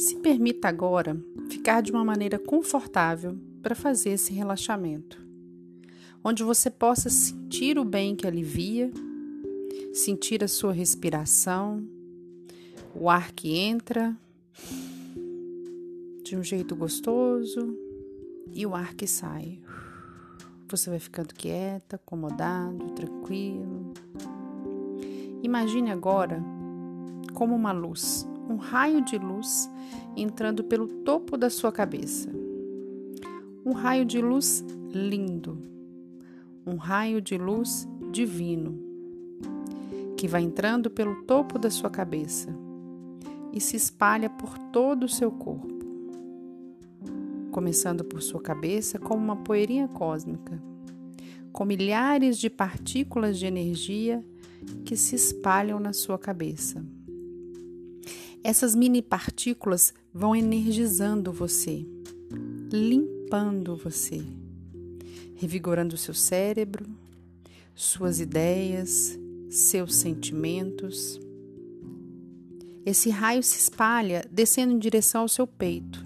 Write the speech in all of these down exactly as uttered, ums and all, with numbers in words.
Se permita agora ficar de uma maneira confortável para fazer esse relaxamento, onde você possa sentir o bem que alivia, sentir a sua respiração, o ar que entra de um jeito gostoso e o ar que sai. Você vai ficando quieta, acomodado, tranquilo. Imagine agora como uma luz, um raio de luz entrando pelo topo da sua cabeça. Um raio de luz lindo, um raio de luz divino, que vai entrando pelo topo da sua cabeça e se espalha por todo o seu corpo, começando por sua cabeça como uma poeirinha cósmica, com milhares de partículas de energia que se espalham na sua cabeça. Essas mini partículas vão energizando você, limpando você, revigorando o seu cérebro, suas ideias, seus sentimentos. Esse raio se espalha descendo em direção ao seu peito.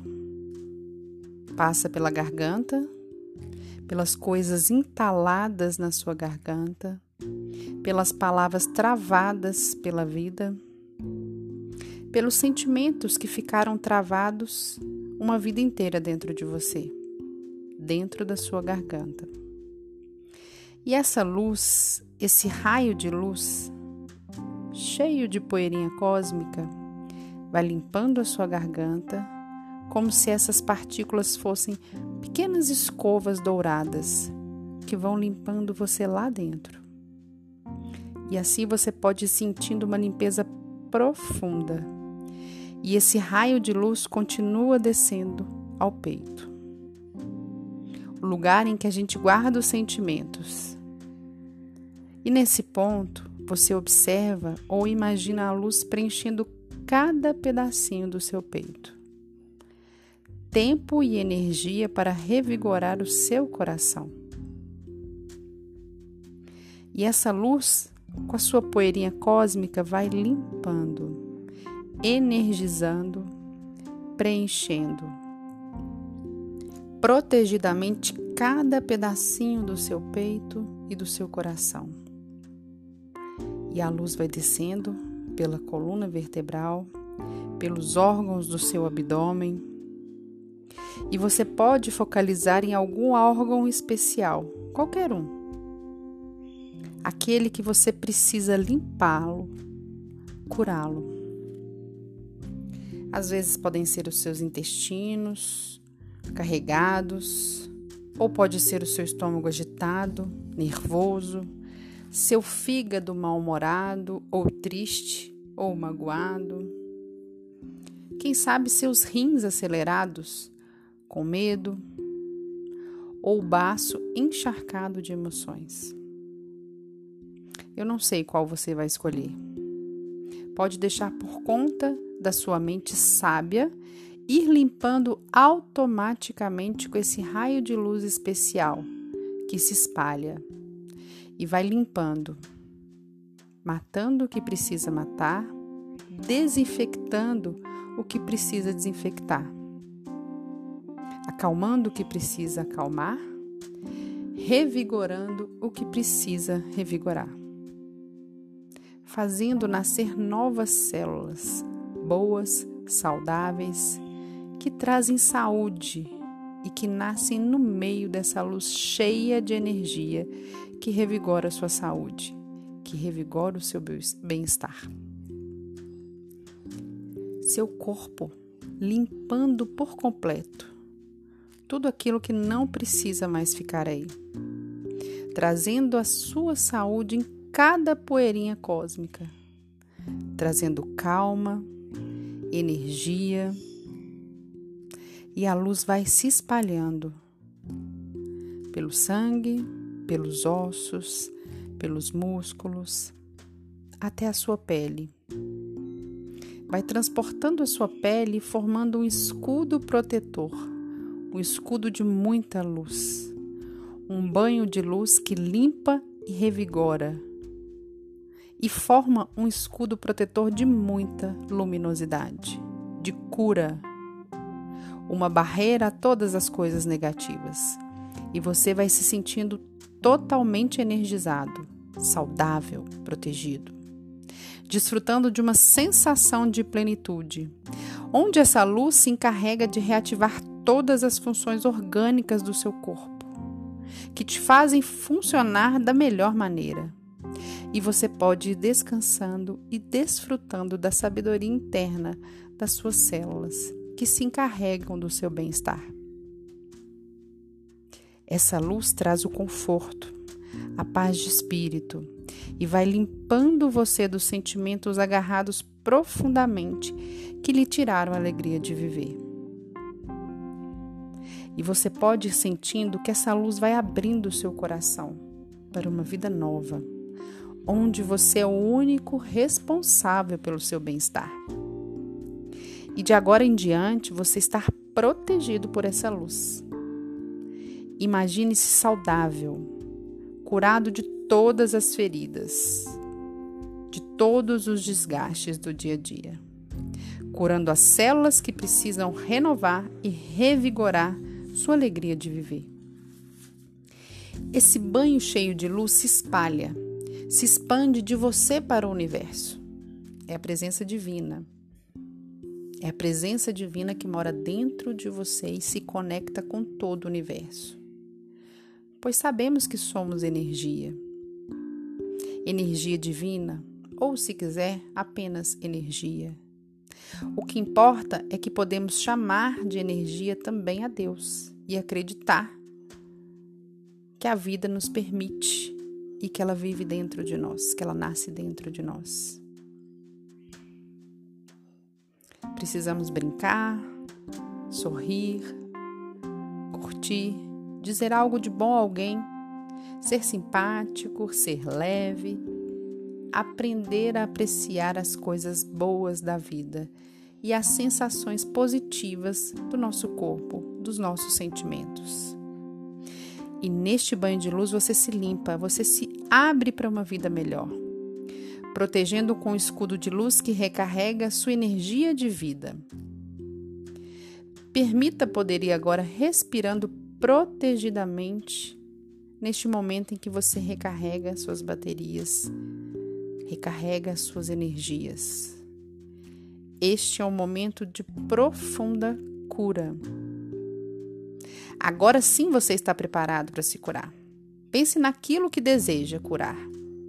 Passa pela garganta, pelas coisas entaladas na sua garganta, pelas palavras travadas pela vida, pelos sentimentos que ficaram travados uma vida inteira dentro de você, dentro da sua garganta. E essa luz, esse raio de luz, cheio de poeirinha cósmica, vai limpando a sua garganta, como se essas partículas fossem pequenas escovas douradas que vão limpando você lá dentro. E assim você pode ir sentindo uma limpeza profunda. E esse raio de luz continua descendo ao peito, o lugar em que a gente guarda os sentimentos. E nesse ponto, você observa ou imagina a luz preenchendo cada pedacinho do seu peito. Tempo e energia para revigorar o seu coração. E essa luz, com a sua poeirinha cósmica, vai limpando, energizando, preenchendo protegidamente cada pedacinho do seu peito e do seu coração. E a luz vai descendo pela coluna vertebral, pelos órgãos do seu abdômen. E você pode focalizar em algum órgão especial, qualquer um. Aquele que você precisa limpá-lo, curá-lo. Às vezes podem ser os seus intestinos carregados, ou pode ser o seu estômago agitado, nervoso, seu fígado mal-humorado, ou triste, ou magoado. Quem sabe seus rins acelerados, com medo, ou o baço encharcado de emoções. Eu não sei qual você vai escolher. Pode deixar por conta da sua mente sábia ir limpando automaticamente com esse raio de luz especial que se espalha e vai limpando, matando o que precisa matar, desinfectando o que precisa desinfectar, acalmando o que precisa acalmar, revigorando o que precisa revigorar, fazendo nascer novas células, boas, saudáveis, que trazem saúde e que nascem no meio dessa luz cheia de energia que revigora a sua saúde, que revigora o seu bem-estar. Seu corpo limpando por completo tudo aquilo que não precisa mais ficar aí, trazendo a sua saúde em cada poeirinha cósmica, trazendo calma, energia, e a luz vai se espalhando pelo sangue, pelos ossos, pelos músculos, até a sua pele. Vai transportando a sua pele, formando um escudo protetor, um escudo de muita luz, um banho de luz que limpa e revigora, e forma um escudo protetor de muita luminosidade, de cura, uma barreira a todas as coisas negativas. E você vai se sentindo totalmente energizado, saudável, protegido, desfrutando de uma sensação de plenitude, onde essa luz se encarrega de reativar todas as funções orgânicas do seu corpo, que te fazem funcionar da melhor maneira. E você pode ir descansando e desfrutando da sabedoria interna das suas células, que se encarregam do seu bem-estar. Essa luz traz o conforto, a paz de espírito e vai limpando você dos sentimentos agarrados profundamente que lhe tiraram a alegria de viver. E você pode ir sentindo que essa luz vai abrindo o seu coração para uma vida nova, onde você é o único responsável pelo seu bem-estar. E de agora em diante, você está protegido por essa luz. Imagine-se saudável, curado de todas as feridas, de todos os desgastes do dia a dia, curando as células que precisam renovar e revigorar sua alegria de viver. Esse banho cheio de luz se espalha, se expande de você para o universo. É a presença divina. É a presença divina que mora dentro de você e se conecta com todo o universo. Pois sabemos que somos energia. Energia divina, ou se quiser, apenas energia. O que importa é que podemos chamar de energia também a Deus e acreditar que a vida nos permite e que ela vive dentro de nós, que ela nasce dentro de nós. Precisamos brincar, sorrir, curtir, dizer algo de bom a alguém, ser simpático, ser leve, aprender a apreciar as coisas boas da vida e as sensações positivas do nosso corpo, dos nossos sentimentos. E neste banho de luz você se limpa, você se abre para uma vida melhor, protegendo com o escudo de luz que recarrega sua energia de vida. Permita poder ir agora respirando protegidamente neste momento em que você recarrega suas baterias, recarrega suas energias. Este é um momento de profunda cura. Agora sim você está preparado para se curar. Pense naquilo que deseja curar.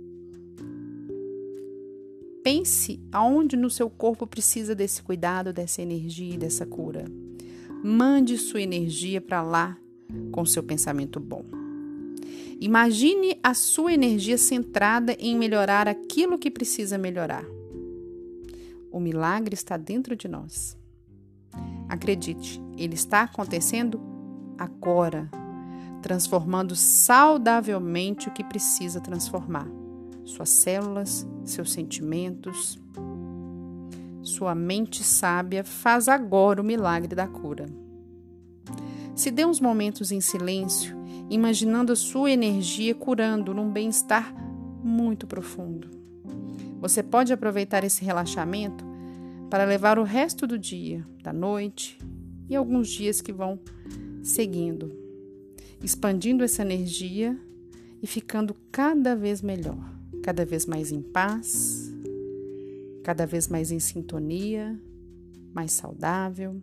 Pense aonde no seu corpo precisa desse cuidado, dessa energia e dessa cura. Mande sua energia para lá com seu pensamento bom. Imagine a sua energia centrada em melhorar aquilo que precisa melhorar. O milagre está dentro de nós. Acredite, ele está acontecendo agora, transformando saudavelmente o que precisa transformar. Suas células, seus sentimentos. Sua mente sábia faz agora o milagre da cura. Se dê uns momentos em silêncio, imaginando a sua energia curando num bem-estar muito profundo. Você pode aproveitar esse relaxamento para levar o resto do dia, da noite e alguns dias que vão seguindo, expandindo essa energia e ficando cada vez melhor, cada vez mais em paz, cada vez mais em sintonia, mais saudável.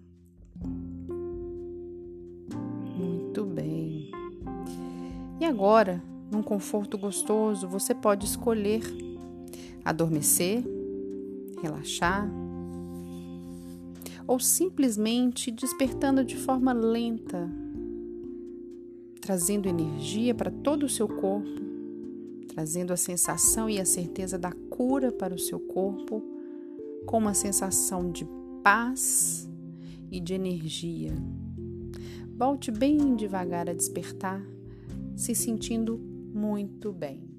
Muito bem. E agora, num conforto gostoso, você pode escolher adormecer, relaxar, ou simplesmente despertando de forma lenta, trazendo energia para todo o seu corpo, trazendo a sensação e a certeza da cura para o seu corpo, com uma sensação de paz e de energia. Volte bem devagar a despertar, se sentindo muito bem.